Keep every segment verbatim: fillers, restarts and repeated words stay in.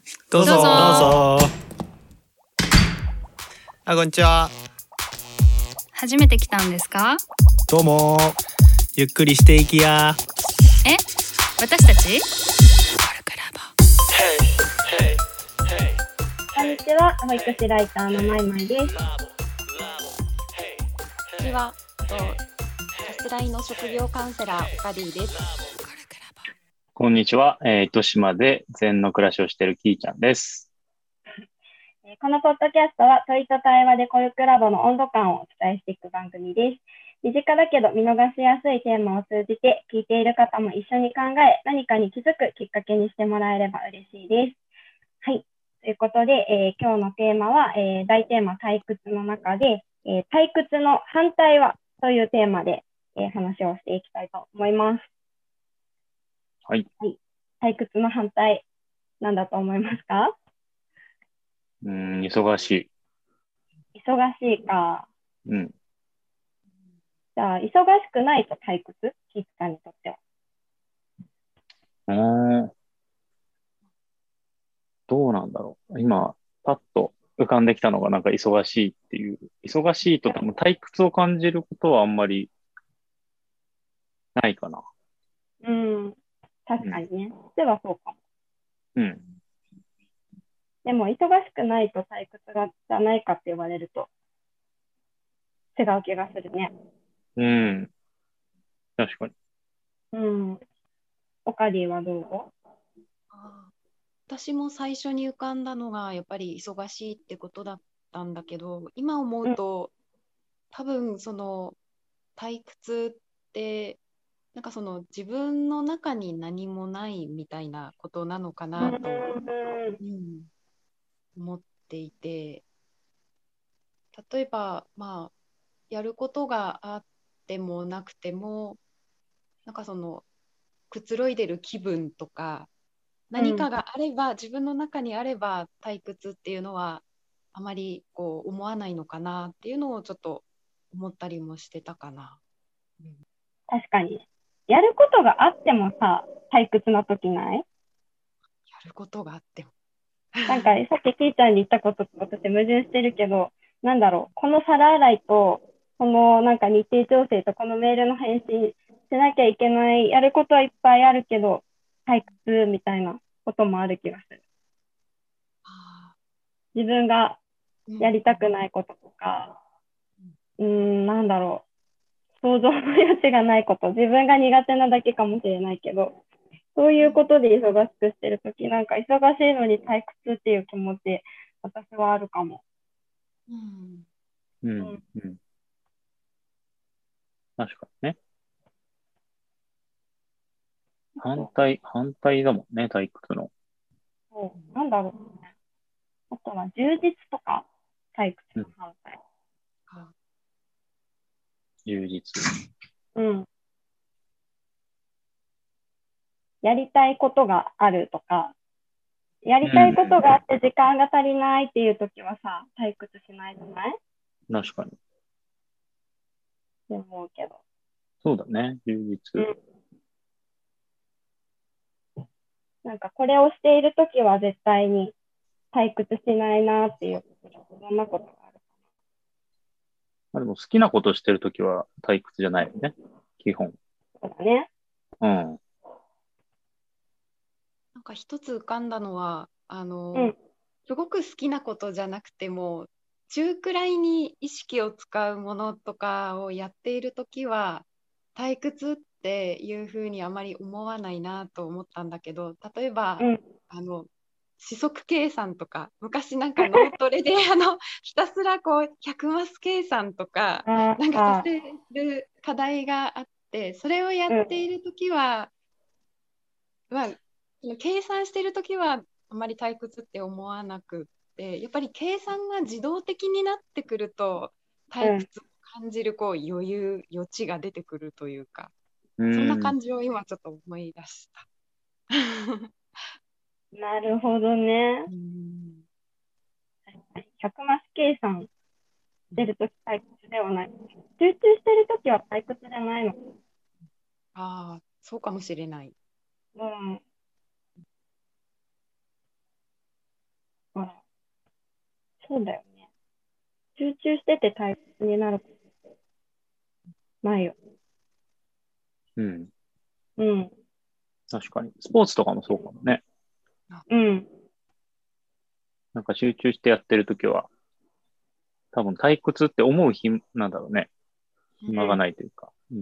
どうぞ。 どうぞ。 どうぞ。あ、こんにちは。 初めて来たんですか？ どうも。ゆっくりしていきや。 え、私たち？ こんにちは、保育士ライターのまいまいです。 こんにちは。とさすらいの職業カウンセラーオカディです。 こんにちは。えー、糸島で禅の暮らしをしているキーちゃんです。 このポッドキャストは問いと対話でコルクラボの温度感をお伝えしていく番組です。身近だけど見逃しやすいテーマを通じて聞いている方も一緒に考え、何かに気づくきっかけにしてもらえれば嬉しいです。はい。ということで、えー、今日のテーマは、えー、大テーマ退屈の中で、えー、退屈の反対はというテーマで、えー、話をしていきたいと思います。 はい。 はい。退屈の反対、なんだと思いますか？ うーん、忙しい。 忙しいか。 うん。 じゃあ、忙しくないと退屈？キッズさんにとっては。 うーん。どうなんだろう。今、パッと浮かんできたのがなんか忙しいっていう。忙しいと多分退屈を感じることはあんまりないかな。 うん。確かにね。ではそうかも。 うん。 でも、忙しくないと退屈がじゃないかって言われると違う気がするね。 うん。確かに。 うん。オカリーはどう？ あ私も最初に浮かんだのがやっぱり忙しいってことだったんだけど、今思うと、多分その退屈ってなんかその自分の中に何もないみたいなことなのかうなと、 ん。 うん、思っていて、例えばまあやることがあってもなくてもなんかそのくつろいでる気分とか何かがあれば、自分の中にあれば退屈っていうのはあまりこう思わないのかなっていうのをちょっと思ったりもしてたかな。うん、 確かに。やることがあってもさ、退屈な時ない？ やることがあっても。 なんか、さっきキーちゃんに言ったことと私矛盾してるけど、なんだろう、この皿洗いと、このなんか日程調整とこのメールの返信しなきゃいけない、やることはいっぱいあるけど、退屈みたいなこともある気がする。 あ自分がーやりたくないこととか、うーん、なんだろう、想像の余地がないこと、自分が苦手なだけかもしれないけど、そういうことで忙しくしてるとき、なんか忙しいのに退屈っていう気持ち、私はあるかも。 うんう。 うんん。 うん。確かにね。反対、反対だもんね、退屈の。 そう、なんだろう。あとは充実とか、退屈うん。 の反対。 あ充実。 うん。やりたいことがあるとか、やりたいことがあって時間が足りないっていうときはさ、退屈しないじゃないっうん。確かに。 て思うけど。 そうだね、充実。 うん。なんかこれをしているときは絶対に退屈しないなっていう、そんなことがある。 まあ、でも好きなことしてるときは退屈じゃないよね。基本。 そうだね。 うん。 なんか一つ浮かんだのはあのうん。 すごく好きなことじゃなくても中くらいに意識を使うものとかをやっているときは退屈っていうふうにあまり思わないなと思ったんだけど、例えばうん。 あの四則計算とか昔なんか脳トレであのひたすらこうひゃくマス計算とかあなんかさあ、 せる課題があってそれをやっうん。 ているときは、まあ、その計算しているときはあまり退屈って思わなくってやっぱり計算が自動的になってくるとうん。 退屈を感じるこう余裕余地が出てくるというかうそんなん。 感じを今ちょっと思い出した。 なるほどね。 うんひゃくマス計算してるとき退屈ではない。集中してるときは退屈じゃないの。 ああ、そうかもしれない。 うん。 そうだよね。集中してて退屈になることないよ。 うん。 うん。 確かに。スポーツとかもそうかもね。 うん。 なんか集中してやってるときは、多分退屈って思う暇なんだろうね。暇がないというか。うん。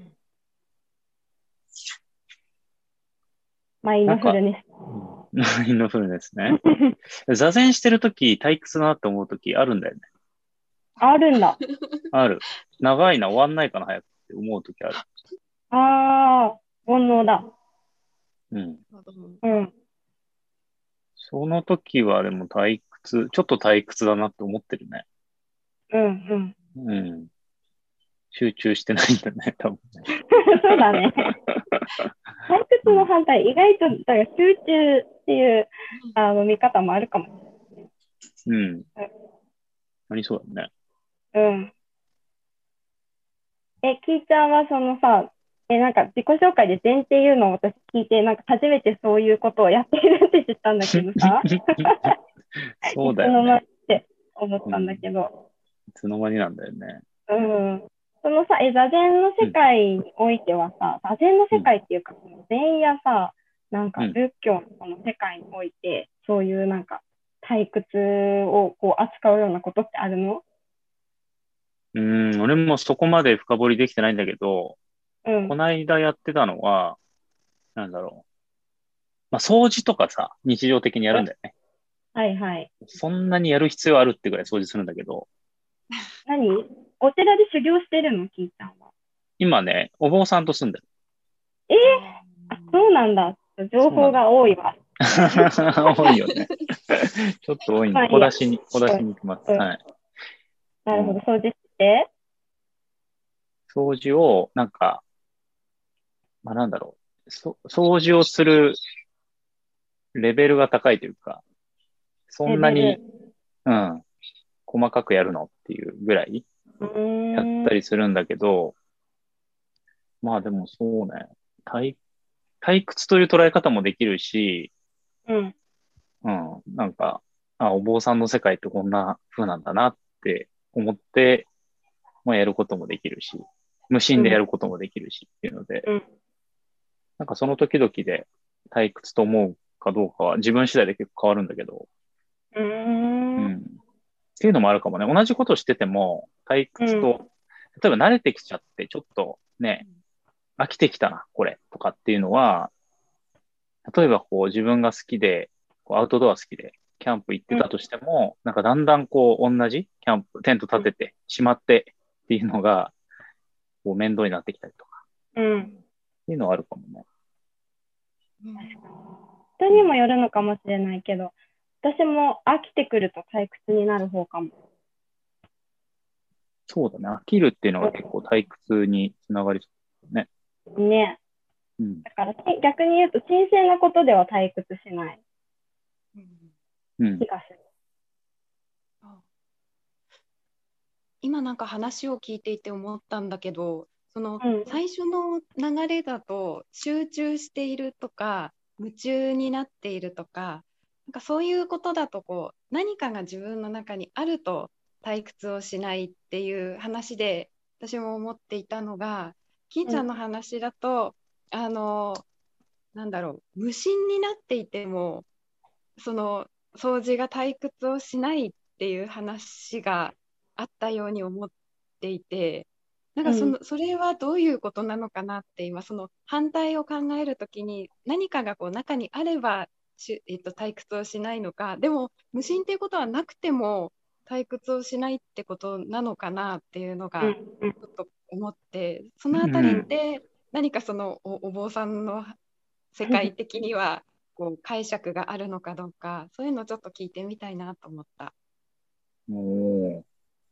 マインドフルネス。 マインドフルネスね。座禅してるとき退屈だなって思うときあるんだよね。 あるんだ。 ある。長いな、終わんないかな、早くって思うときある。 ああ、煩悩だ。 うん。 うん。 その時はでも退屈、ちょっと退屈だなって思ってるね。 うんうん。 うん。集中してないんだね、多分ね。 そうだね。退屈の反対、意外とだから集中っていうあの見方もあるかもしれない。うん。ありそうだね。 うん。え、きーちゃんはそのさ、え、なんか自己紹介で禅っていうのを私聞いて、なんか初めてそういうことをやっているって知ったんだけどさ、 そうだいつの間によね。 って思ったんだけど、 いつの間になんだよね。 うん。そのさ、え、座禅の世界においてはさ、座禅の世界っていうか、その禅やさ、なんかうん仏教のこの世界において、そういうなんか退屈をこう扱うようなことってあるの？ うん、俺もそこまで深掘りできてないんだけど、 うん。 こないだやってたのは、なんだろう。まあ、掃除とかさ、日常的にやるんだよね。 はいはい。 そんなにやる必要あるってぐらい掃除するんだけど、 何お寺で修行してるのきーちゃんは。 今ね、お坊さんと住んでる。 えー、あ、そうなんだ。情報が多いわ。 多いよね。ちょっと多いんで、 まあいいや小出しに、小出しに行きます。 うんはい。 なるほど、掃除して。 掃除を、なんか、まあ、なんだろう。そ、掃除をするレベルが高いというか、そんなに、 レベル。 うん、細かくやるのっていうぐらいうーやっん。 たりするんだけど、まあでもそうね、退、退屈という捉え方もできるし、 うん。 うん、なんか、あ、お坊さんの世界ってこんな風なんだなって思って、まあ、やることもできるし、無心でやることもできるしっていうので、 うん。 なんかその時々で退屈と思うかどうかは自分次第で結構変わるんだけど、 うーん。 うん。っていうのもあるかもね。同じことしてても退屈と、例えば慣れてきちゃってちょっとね、飽きてきたな、これとかっていうのは、例えばこう自分が好きで、こうアウトドア好きで、キャンプ行ってたとしても、なんかだんだんこう同じキャンプ、テント立ててしまってっていうのが、こう面倒になってきたりとか、 うん。 っていうのはあるかもね。 人にもよるのかもしれないけど、私も飽きてくると退屈になる方かも。 そうだね。飽きるっていうのが結構退屈につながりそうだね。 ね。 うん。 だから逆に言うと新鮮なことでは退屈しないうん気。がする。 今なんか話を聞いていて思ったんだけど、そのうん最初の流れだと集中しているとか夢中になっているとか、なんかそういうことだとこう何かが自分の中にあると退屈をしないっていう話で私も思っていたのが、金ちゃんの話だと、あのなんだろう、無心になっていてもその掃除が退屈をしないっていう話があったように思っていて、なんかその、それはどういうことなのかなって今その反対を考えるときに何かがこう中にあればし、えっと、退屈をしないのか、でも無心っていうことはなくても退屈をしないってことなのかなっていうのうがんうんちょっと思って、そのあたりって何かそのお、お坊さんの世界的にはこう解釈があるのかどうか、そういうのをちょっと聞いてみたいなと思った。 おー。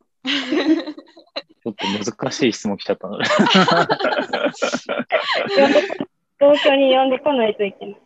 ちょっと難しい質問来ちゃったので。 東京に呼んでこないといけない。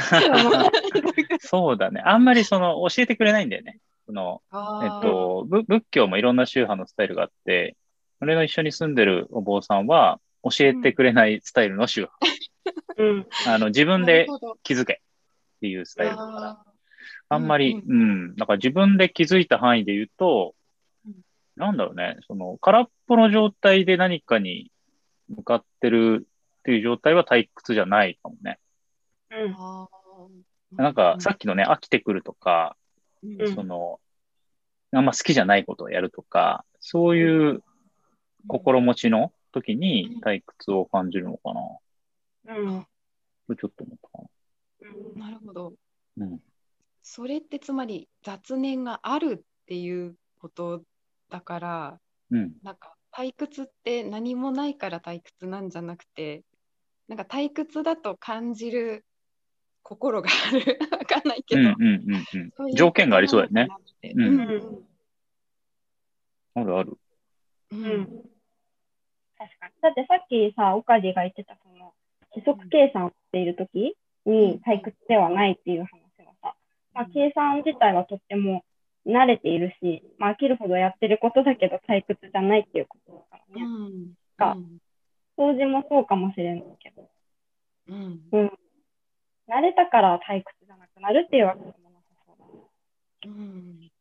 そうだね。あんまりその教えてくれないんだよね。その、えっと、ぶ仏教もいろんな宗派のスタイルがあって、俺が一緒に住んでるお坊さんは教えてくれないスタイルの宗派。 うん、 あの自分で気づけっていうスタイルだから。 あんまり、 ううんん、だから自分で気づいた範囲で言うと、 うんなんだろうね、その空っぽの状態で何かに向かってるっていう状態は退屈じゃないかもね。 うん。 あーなんかうんさっきのね、飽きてくるとか、 うんうんその、あんま好きじゃないことをやるとか、そういう心持ちの時に退屈を感じるのかな。 うん。 これちょっと思ったかなるほど。 な。うん。 それってつまり雑念があるっていうことだから、 うん。 なんか退屈って何もないから退屈なんじゃなくて、なんか退屈だと感じる心がある。わかんないけど、 うんうんうんうんそういう条件があことなりそうだよね。 のかなって。 うんうんうんあるある。 ううんん。確かに。だってさっきさ、オカジが言ってた、その、規則うん計算をしているときに退屈ではないっていう話はさ、まあ、計算自体はとっても慣れているし、まあ、飽きるほどやってることだけど退屈じゃないっていうことだからうね。 んか掃除もそうかもしれないけど、 うんうん。慣れたから退屈じゃなくなるっていうわけでもなさそうだね。 うん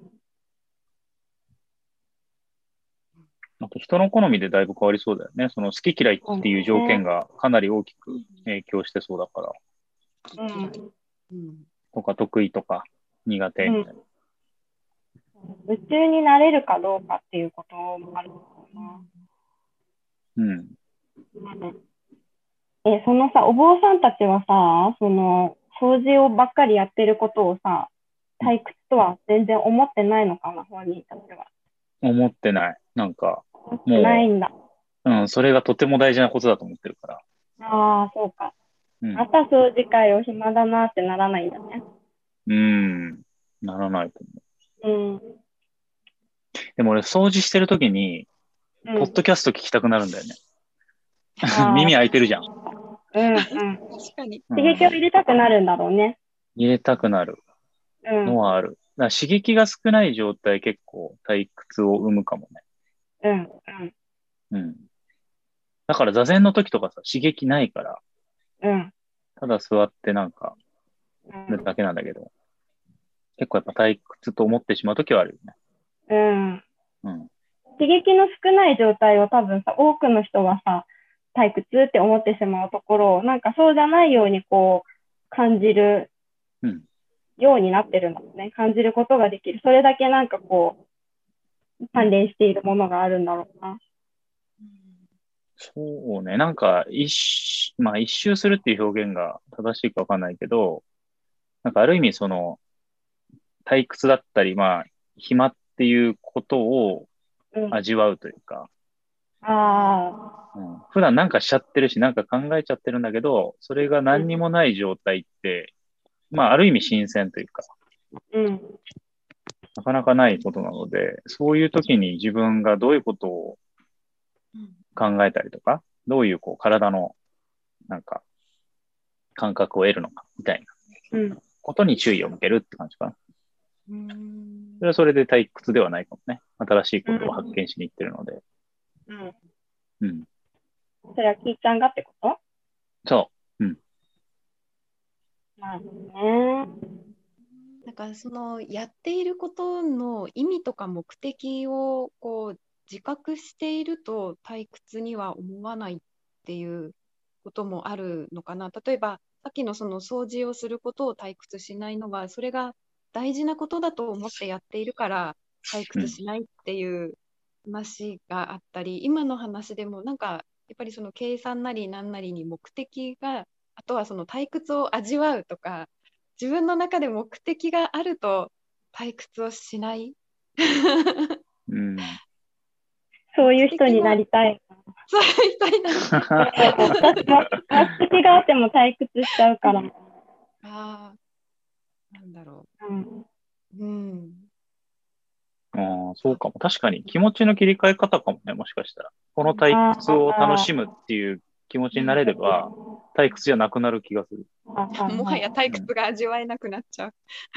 あと人の好みでだいぶ変わりそうだよね。その好き嫌いっていう条件がかなり大きく影響してそうだから。 うん。 うんとか得意とか苦手みたいな。 夢中になれるかどうかっていうこともあるのかな。 うん。 うんえ、そのさ、お坊さんたちはさ、その、掃除をばっかりやってることをさ、退屈とは全然思ってないのかな、本人たちは。 思ってない。なんか、 思ってないんだ。 うん、それがとても大事なことだと思ってるから。 ああ、そうか。 うん。 また掃除会を暇だなってならないんだね。 うん。ならないと思う。 うん。 でも俺掃除してるときに、 うん。 ポッドキャスト聞きたくなるんだよね。 あー耳開いてるじゃん。 うんうん。 確かに。 うん刺激を入れたくなるんだろうね。 入れたくなるうん。 のはある。だから刺激が少ない状態結構退屈を生むかもね。 うんうんうん。だから座禅の時とかさ、刺激ないから、 うんただ座ってなんか、 うんやるだけなんだけど、結構やっぱ退屈と思ってしまう時はあるよね。 うん。 うん。 刺激の少ない状態を多分さ、多くの人がさ、退屈って思ってしまうところを、なんかそうじゃないようにこう、感じるうん。 ようになってるんだろうね。感じることができる。それだけなんかこう、関連しているものがあるんだろうな。 そうね。なんか、一周、まあ一周するっていう表現が正しいかわかんないけど、なんかある意味その、退屈だったり、まあ、暇っていうことをうん。 味わうというか、 あうん、普段なんかしちゃってるし、なんか考えちゃってるんだけど、それが何にもない状態って、まあある意味新鮮というか、 あ、うん。 なかなかないことなので、そういう時に自分がどういうことを考えたりとか、どういうこう体のなんか感覚を得るのかみたいなうん。 ことに注意を向けるって感じかな。 うんそれはそれで退屈ではないかもね。新しいことを発見しに行ってるので。 うん。 うん。 それはキーちゃんがってことそう。うん。 なるほどね。 なんかそのやっていることの意味とか目的をこう自覚していると退屈には思わないっていうこともあるのかな。例えばさっきのその掃除をすることを退屈しないのはそれが大事なことだと思ってやっているから退屈しないっていう話があったり、今の話でもなんかやっぱりその計算なりなんなりに目的が、あとはその退屈を味わうとか、自分の中で目的があると退屈をしない。 うん。 そういう人になりたい。 そういう人になる。 私も目的があっても退屈しちゃうから。 ああ、なんだろうん。 う。うん。 ああ、そうかも。確かに気持ちの切り替え方かもね、もしかしたら。この退屈を楽しむっていう気持ちになれれば、退屈じゃなくなる気がする。 ああもはや退屈が味わえなくなっちゃう。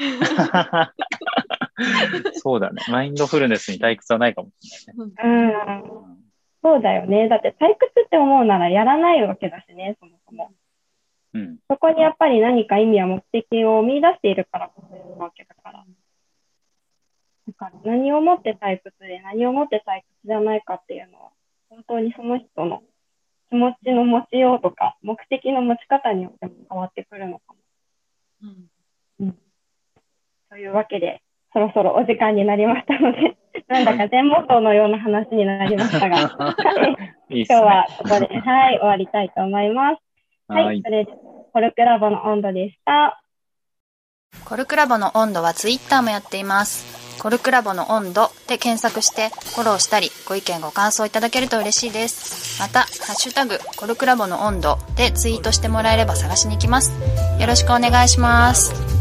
そうだね。マインドフルネスに退屈はないかもしれないね。 うん。そうだよね。だって退屈って思うならやらないわけだしね、そもそも。 うん。 そこにやっぱり何か意味や目的を見出しているからこそやわけだから。だから何をもって退屈で何をもって退屈じゃないかっていうのは、本当にその人の気持ちの持ちようとか、目的の持ち方によっても変わってくるのかも。うんうん、というわけで、そろそろお時間になりましたので、なんだか全問答のような話になりましたが、いいっすね、今日はここで、はい、終わりたいと思います。はい、はい、それでコルクラボの温度でした。 コルクラボの温度はツイッターもやっています。コルクラボの温度で検索してフォローしたり、ご意見ご感想いただけると嬉しいです。またハッシュタグコルクラボの温度でツイートしてもらえれば探しに行きます。よろしくお願いします。